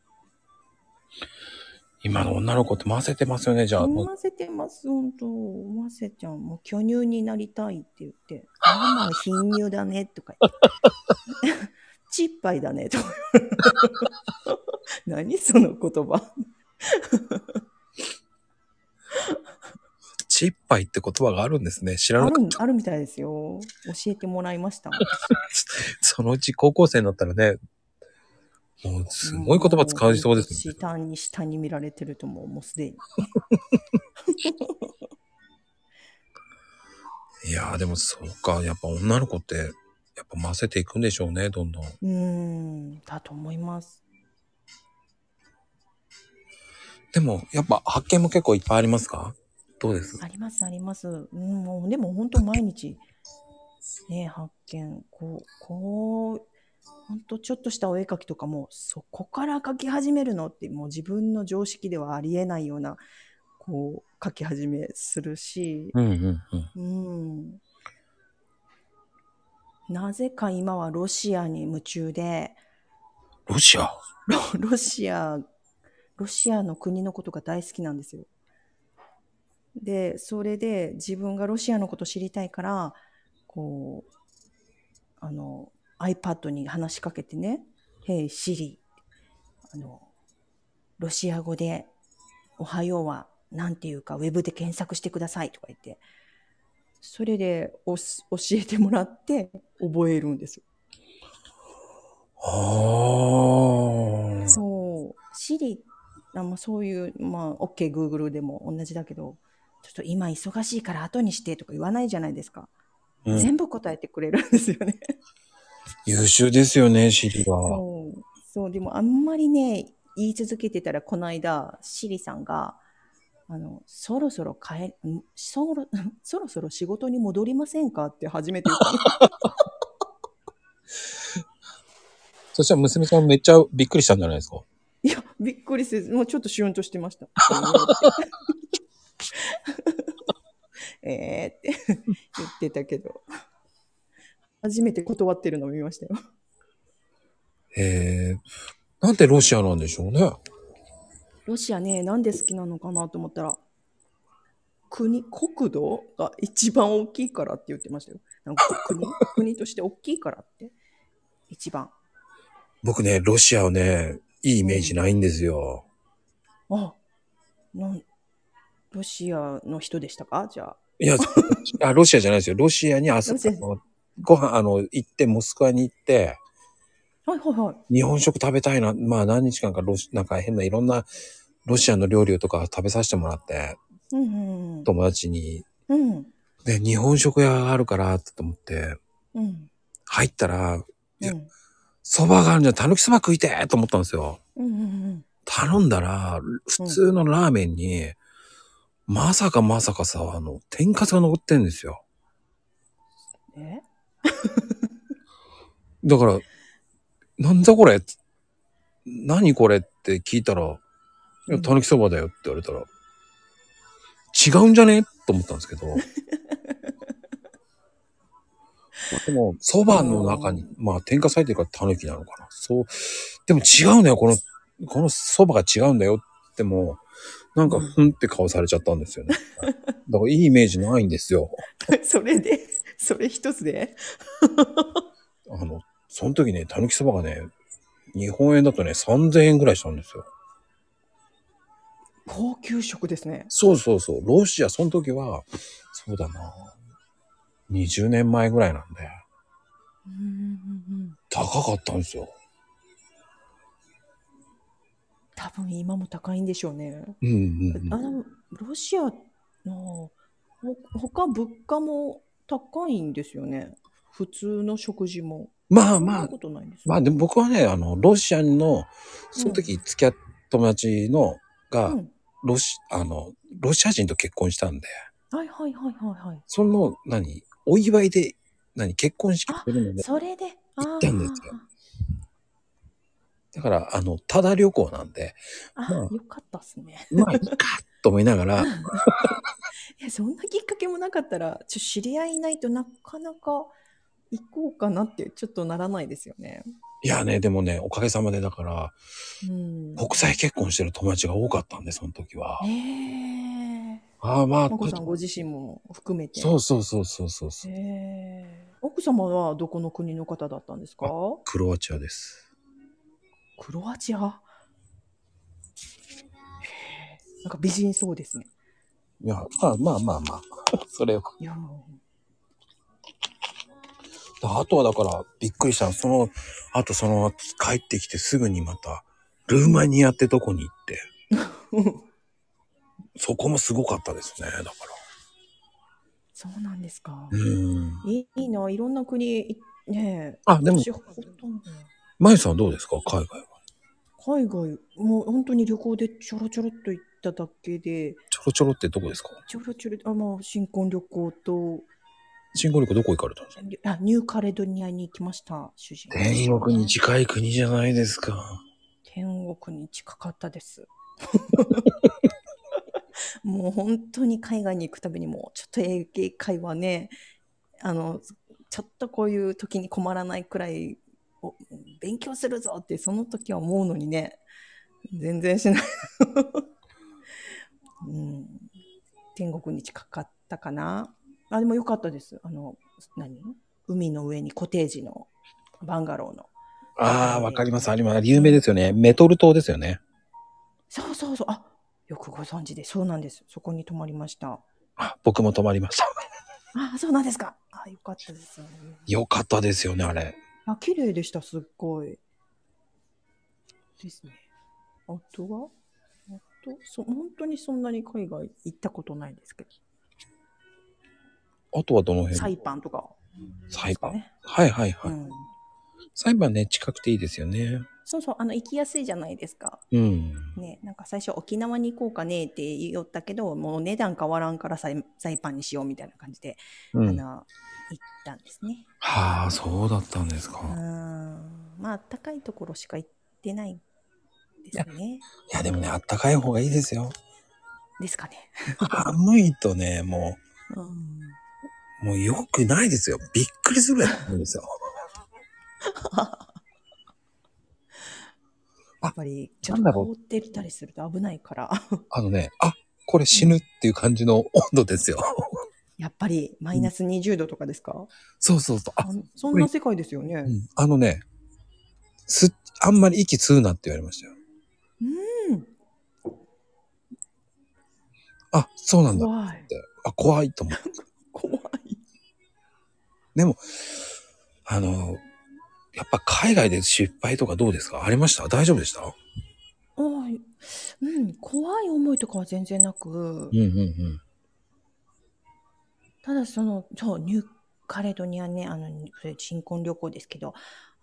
今の女の子って混ぜてますよね、じゃあ。
混ぜてます、本当。混ぜちゃん、もう巨乳になりたいって言って、ママは貧乳だね、とか言って。ちっぱいだね、とか。何その言葉。
ちっぱいって言葉があるんですね。知らなかった。
あるみたいですよ。教えてもらいました。
そのうち高校生になったらね、もうすごい言葉使いそうですね。
下に見られてるともうすでに。
いやーでもそうか、やっぱ女の子ってやっぱ混ぜていくんでしょうね、どんどん。
だと思います。
でもやっぱ発見も結構いっぱいありますか？どうです？
あります、あります。もうでも本当毎日ね、発見、本当ちょっとしたお絵描きとかも、そこから描き始めるのって、もう自分の常識ではありえないような、描き始めするし、なぜか今はロシアに夢中で、
ロシア
ロシアの国のことが大好きなんですよ。で、それで自分がロシアのこと知りたいから、iPad に話しかけてね、Hey Siri、ロシア語でおはようはなんていうかウェブで検索してくださいとか言って、それで教えてもらって覚えるんですよ。そう、Siri、そういう、OK、Google でも同じだけど、ちょっと今忙しいから後にしてとか言わないじゃないですか。全部答えてくれるんですよね。
優秀ですよね、シリは。
そう、でもあんまりね、言い続けてたら、この間、シリさんが、そろそろそろそろ仕事に戻りませんかって初めて言ったの。
そしたら娘さんめっちゃびっくりしたんじゃないですか？
いや、びっくりせず、もうちょっとシュンとしてました。って言ってたけど、初めて断ってるのを見ましたよ。
なんでロシアなんでしょうね。
ロシアね、なんで好きなのかなと思ったら、国土が一番大きいからって言ってましたよ。なんか国として大きいからって。一番。
僕ね、ロシアはね、いいイメージないんですよ。
ロシアの人でしたか？じゃあ。
いや、ロシアじゃないですよ。ロシアにご飯、行って、モスクワに行って、日本食食べたいな。まあ何日間かなんか変ないろんなロシアの料理とか食べさせてもらって、友達に。で、日本食屋があるからって思って、入ったら、蕎麦があるんじゃん、たぬき蕎麦食いてーと思ったんですよ。頼んだら、普通のラーメンに、まさかさ、天かすが残ってんですよ。だから、なんだこれ何これって聞いたら、たぬきそばだよって言われたら、違うんじゃねと思ったんですけど。でも、そばの中に、天かす入ってるからたぬきなのかな。そう。でも違うんだよ、このそばが違うんだよっても、なんか、ふんって顔されちゃったんですよね。だからいいイメージないんですよ。
それ一つで
その時ね、たぬきそばがね、日本円だとね、3000円ぐらいしたんですよ。
高級食ですね。
そう。ロシア、その時は、そうだな。20年前ぐらいなんで。高かったんですよ。
多分今も高いんでしょうね。ロシアの他物価も高いんですよね。普通の食事も。そんなことないんです。
でも僕はね、ロシアの、その時付き合った友達が、ロシア人と結婚したんで。
はい。
その、お祝いで、結婚式するので。
それで
行ったんですよ。だから、ただ旅行なんで。
よかったっすね。
いいかと思いながら。
いや、そんなきっかけもなかったら、知り合いいないとなかなか行こうかなってちょっとならないですよね。
いやね、でもね、おかげさまでだから、国際結婚してる友達が多かったんで、その時は。ああ、まあ。
まこさんご自身も含めて。
そう。
奥様はどこの国の方だったんですか？
クロアチアです。
クロアチア？なんか美人そうですね。
いや、まあ。それを。いや。あとはだからびっくりしたの。あと帰ってきてすぐにまた、ルーマニアってとこに行って。そこもすごかったですね、だから。
そうなんですか。いいな、いろんな国、ね
え。でも、まゆさんはどうですか、海外は。
海外、もう本当に旅行でちょろちょろっと行っただけで。
ちょろちょろってどこですか？
ちょろちょろ、まあ、新婚旅行と。
新婚旅行どこ行かれたんですか？
ニューカレドニアに行きました、主人。
天国に近い国じゃないですか。
天国に近かったです。もう本当に海外に行くたびにもうちょっと英会話ね、ちょっとこういう時に困らないくらい勉強するぞってその時は思うのにね、全然しない、天国に近かったかな。でも良かったです。海の上にコテージのバンガローの。
わかります。有名ですよね。メトル島ですよね。
そう。よくご存知で。そうなんです。そこに泊まりました。
僕も泊まりました。
そうなんですか。よかったですよね。
よかったですよね、あれ。
綺麗でした、すっごい。ですね。あと本当にそんなに海外行ったことないですけど。
あとはどの辺？
サイパンとか。
サイパン。はい。サイパンね、近くていいですよね。
そう、行きやすいじゃないですか。ね、なんか最初沖縄に行こうかねって言ったけど、もう値段変わらんからサイパンにしようみたいな感じで、行ったんですね。
そうだったんですか。
まあ、高いところしか行ってないですね。
いや、でもね、あったかい方がいいですよ。
ですかね。
寒いとね、もう良くないですよ。びっくりするぐらい寒いんですよ。
やっぱりちょっと凍ってたりすると危ないから。
これ死ぬっていう感じの温度ですよ。
やっぱりマイナス20度とかですか？
そう。
そんな世界ですよね。
あんまり息吸うなって言われましたよ。そうなんだって。怖いと思って。
怖い。
でも、やっぱ海外で失敗とかどうですか？ありました？大丈夫でした？
怖い思いとかは全然なく。ただニューカレドニアね、それ新婚旅行ですけど、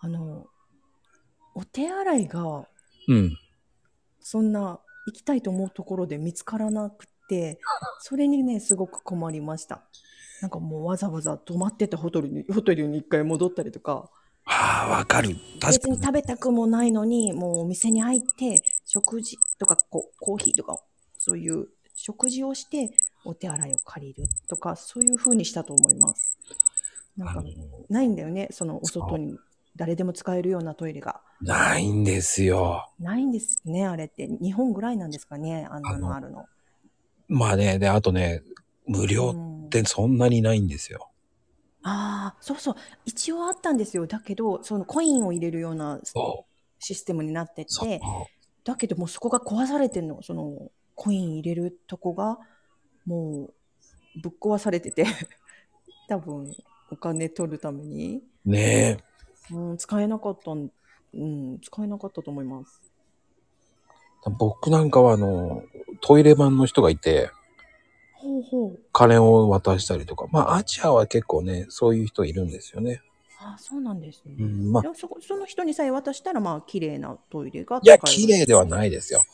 お手洗いが、そんな行きたいと思うところで見つからなくて、それにね、すごく困りました。なんかもうわざわざ泊まってたホテルに一回戻ったりとか。
わかる。
別に食べたくもないのに、もうお店に入って、食事とかコーヒーとか、そういう食事をして、お手洗いを借りるとか、そういう風にしたと思います。なんか、ないんだよね、お外に誰でも使えるようなトイレが。
ないんですよ。
ないんですね、あれって。日本ぐらいなんですかね、あんなのあるの。
まあね、で、あとね、無料ってそんなにないんですよ。
そう。一応あったんですよ。だけど、コインを入れるようなシステムになってて、だけどもうそこが壊されてんの。コイン入れるとこが、もう、ぶっ壊されてて、多分、お金取るために。
ね
え。使えなかった、使えなかったと思います。
僕なんかはトイレ版の人がいて、金を渡したりとか。まあ、アジアは結構ね、そういう人いるんですよね。
そうなんですね。その人にさえ渡したら、まあ、綺麗なトイレが
使える。いや、綺麗ではないですよ。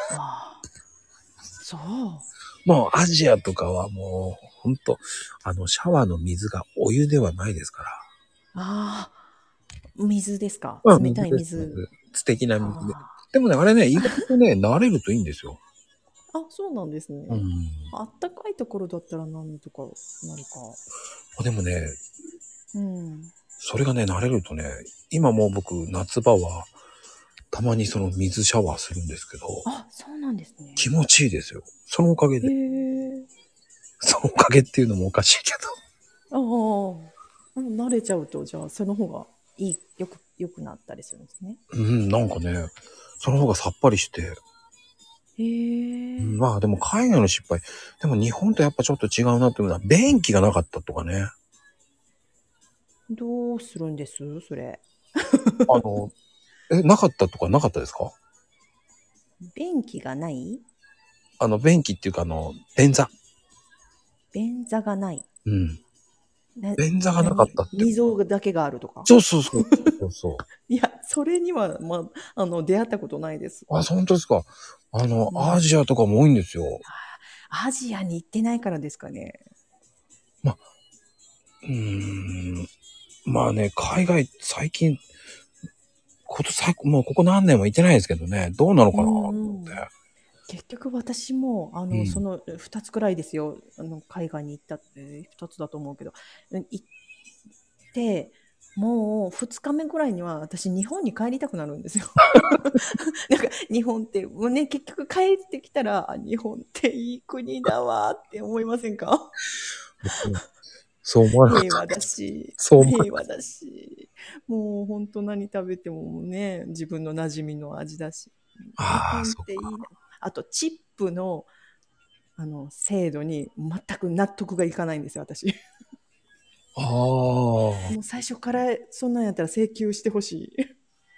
そう。
もう、アジアとかはもう、ほんと、シャワーの水がお湯ではないですから。
水ですか？冷たい水。
素敵な水で。でもね、あれね、意外とね、慣れるといいんですよ。
あ、そうなんですね。
うん。
あったかいところだったらなんとかなるか。
でもね、
うん。
それがね、慣れるとね、今もう僕、夏場は、たまにその水シャワーするんですけど、
あ、そうなんですね。
気持ちいいですよ。そのおかげ
へ
で。
え。
そのおかげっていうのもおかしいけ
ああ。慣れちゃうと、じゃあ、その方がよくなったりするんですね。
ど。うん、なんかね、その方がさっぱりして、
へえ。
まあでも海外の失敗、でも日本とやっぱちょっと違うなっていうのは、便器がなかったとかね。
どうするんですそれ？
あの、なかったとかなかったですか？
便器がない？
便器っていうか便座。
便座がない。
うん。
な、
便座がなかったって。
溝だけがあるとか？
そうそうそう。そうそう。
いや、それには、出会ったことないです。
あ、本当ですか。ア
うん。
ジアとかも多いんですよ。
アジアに行ってないからですかね。
ま、うーん。まあね、海外、最近、もうここ何年も行ってないですけどね、どうなの
う
かなと思って。
んうん。結局私も、そ
うん。
の2つくらいですよ。海外に行ったって2つだと思うけど、行って、もう2日目ぐらいには私日本に帰りたくなるんですよ。なんか日本って、もうね、結局帰ってきたら、日本っていい国だわって思いませんか？
僕ね、そう思わなかっ
平和だ
たです。
し、
そう思わなかっ
平和だし、もう本当何食べてもね、自分の馴染みの味だし、
た。ああ、
日本っ
そっ
ていいな。
か。
あと、チップの、制度に全く納得がいかないんですよ、私。
ああ、
もう最初からそんなんやったら請求してほしい。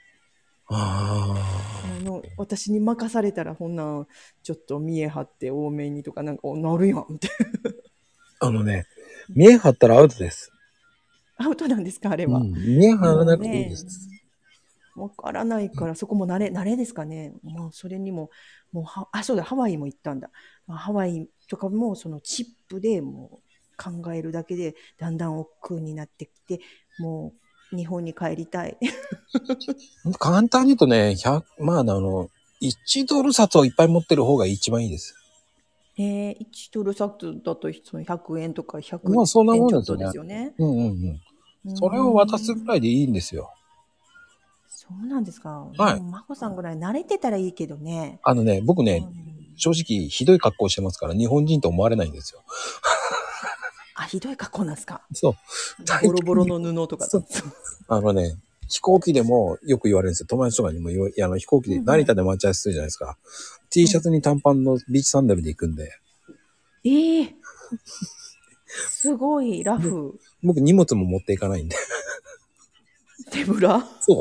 あ
私に任されたら、こんなん、ちょっと見え張って多めにとか、なんか、なるやん、みたい
あ。見え張ったらアウトです。
な。アウトなんですか、あれは。
うん。見え張らなくていいで
もうね、
す。
わからないから、そこも慣れですかね。まあ、それにも、もうそうだ、ハワイも行ったんだ。ハワイとかも、そのチップでもう考えるだけで、だんだん億劫になってきて、もう日本に帰りたい。
簡単に言うとね、まあ、1ドル札をいっぱい持ってる方が一番いいです。
1ドル札だとその100円とか100
まあ、そんな
円ちょっと
もんですね。
ですよね。
うんうんうん。
うー
それを渡すぐらい
ん。
でいいんですよ。
そうなんですか。で
はい。
も、マコさんぐらい慣れてたらいいけどね。
僕ね、
うん、
正直ひどい格好してますから日本人と思われないんですよ。
あ、ひどい格好なんですか。
そう。大
ボロボロ
体
の布とか
そう。
なんですか。
あのね、飛行機でもよく言われるんですよ。友達とかにも飛行機で成
うんうん。
田で待ち合わせするじゃないですか。T
うん。
シャツに短パンのビーチサンダルで行くんで。
ええ、すごいラ
で
フ。
僕荷物も持っていかないんで。
手ぶら。
そう。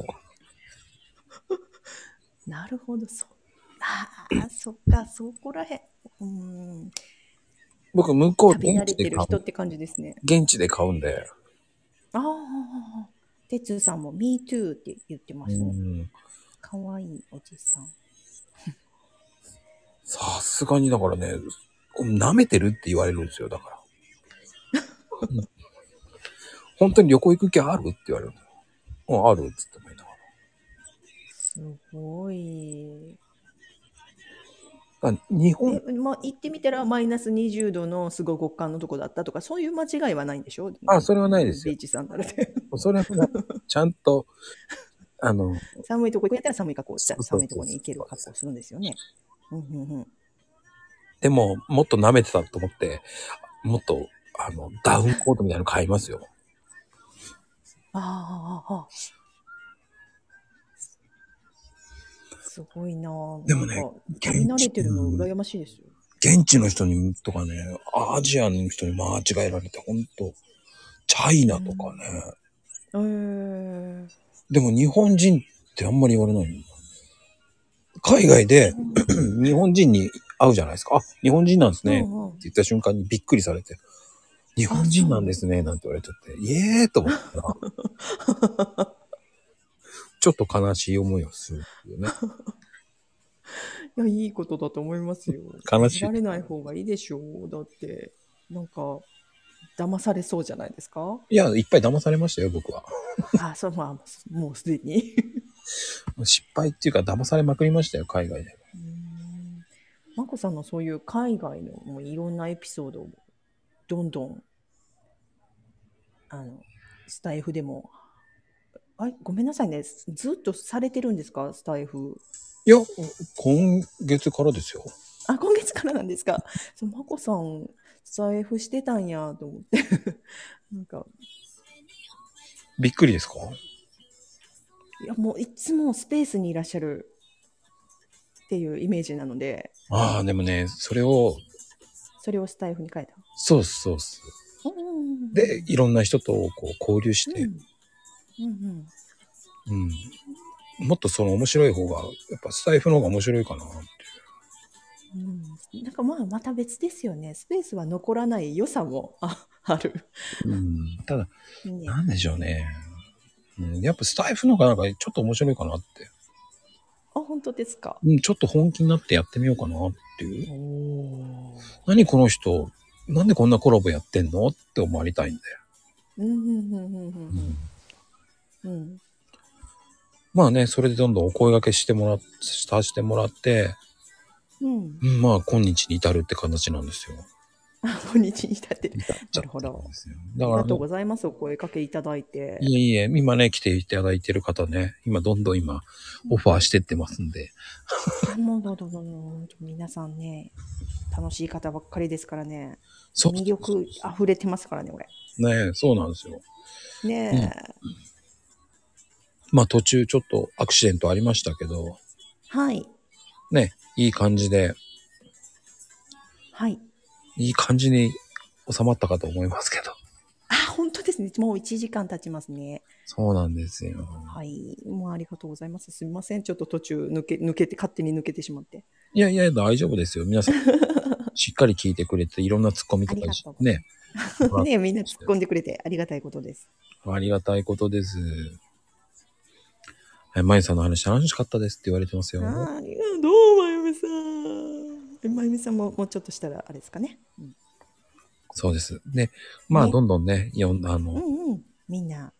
なるほど、そっか、そこらへん。うん。
僕向こう
旅慣れてる人って感じですね。
現地で買うんで。
ああ、てつさんも Me too って言ってま
う
す。
ん。
かわいいおじさん。
さすがにだからね、舐めてるって言われるんですよ。だから。本当に旅行行く気あるって言われる。うん、あるっつってもいいんだか
すごい。
ら。日本、
行ってみたらマイナス20度のすごい極寒のとこだったとか、そういう間違いはないんでしょ？
それはないですよ。
ビーチサンダルで。
それはない。ちゃんと、あの、
寒いとこ行ったら
そうそう
寒いと
そうそ
こに行ける
うです。
格好するんですよね。うんうんうん。
でも、もっと舐めてたと思って、もっと、ダウンコートみたいなの買いますよ。
ああ、ああ、すごいなぁ。
でもね、
なんか、旅慣れてるの
うん、
羨ましいですよ。
現地の人にとかね、アジアの人に間違えられて、ほんと、チャイ
う
ナとか
ん。
ね。
ええ、
でも日本人ってあんまり言われない。海外で
そうなんだ。
日本人に会うじゃないですか。日本人なんですね。って
うんうん。
言った瞬間にびっくりされて、日
あ、
本人なんで
そう。
すね、なんて言われちゃって、イエーと思ったら、ちょっと悲しい思いをするっていうね。
いや、いいことだと思いますよ。
悲しい。
見られない方がいいでしょう。だって、なんか、騙されそうじゃないですか？
いや、いっぱい騙されましたよ、僕は。
あ、そう、まあ、もうすでに。
失敗っていうか騙されまくりましたよ、海外で。
うん、 まこさんのそういう海外のもういろんなエピソードをどんどんスタイフでも、ごめんなさいね、ずっとされてるんですか、スタイフ。
いや、今月からですよ。
今月からなんですか。まこさん、スタイフしてたんやと思って。なんか。
びっくりですか？
いや、もういつもスペースにいらっしゃるっていうイメージなので。
でもね、それを
スタイフに変えた。
そうそう。で、いろんな人とこう交流して、もっとその面白い方が、やっぱスタイフの方が面白いかなって
いう。なんかまた別ですよね。スペースは残らない良さもある。
ただ、なんでしょうね。やっぱスタイフの方がなんかちょっと面白いかなって。
本当ですか。
ちょっと本気になってやってみようかなっていう。何この人、なんでこんなコラボやってんのって思われたいんだよ。まあね、それでどんどんお声掛けしてもらって、まあ今日に至るって形なんですよ。
今日に至って。なるほど。ありがとうございます。お声掛けいただいて。
いえ、今ね、来ていただいてる方ね、今どんどんオファーしてってますんで。
もう皆さんね、楽しい方ばっかりですからね。魅力溢れてますからね、俺。
ねえ、そうなんですよ。
ねえ。
まあ途中ちょっとアクシデントありましたけど。
はい。
ね、いい感じで。
はい。
いい感じに収まったかと思いますけど。
本当ですね。もう1時間経ちますね。
そうなんですよ。
はい。もうありがとうございます。すみません。ちょっと途中抜けて、勝手に抜けてしまって。
いや、大丈夫ですよ。皆さん、しっかり聞いてくれて、いろんなツッコミとかね。
ね、みんな突っ込んでくれてありがたいことです。
ありがたいことです。まゆさんの話楽しかったですって言われてますよ。
ありがとう、まゆみさん。まゆみさんももうちょっとしたらあれですかね。
そうです。で、まあ、どんどんね、
みんな。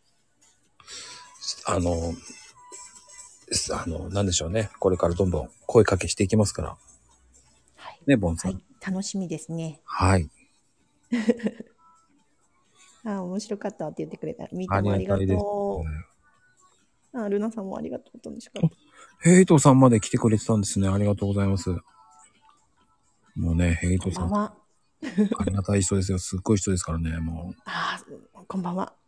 なんでしょうね。これからどんどん声かけしていきますから。
はい。
ね、ボンさん。はい、
楽しみですね。
はい。
面白かったって言ってくれた。みーたもありがとう。ルナさんもありがとう。楽しかった。
ヘイトさんまで来てくれてたんですね。ありがとうございます。もうね、ヘイトさん。
こんばんは。
ありがたい人ですよ。すっごい人ですからね、も
う。こんばんは。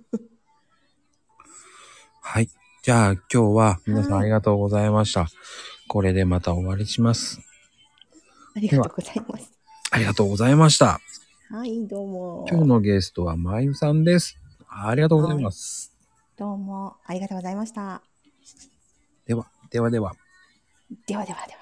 はい。じゃあ今日は皆さんありがとうございました。これでまた終わりします。
ありがとうございます。
ありがとうございました。
はい、どうも。
今日のゲストはまゆさんです。ありがとうございます。
どうもありがとうございました。
では。
では。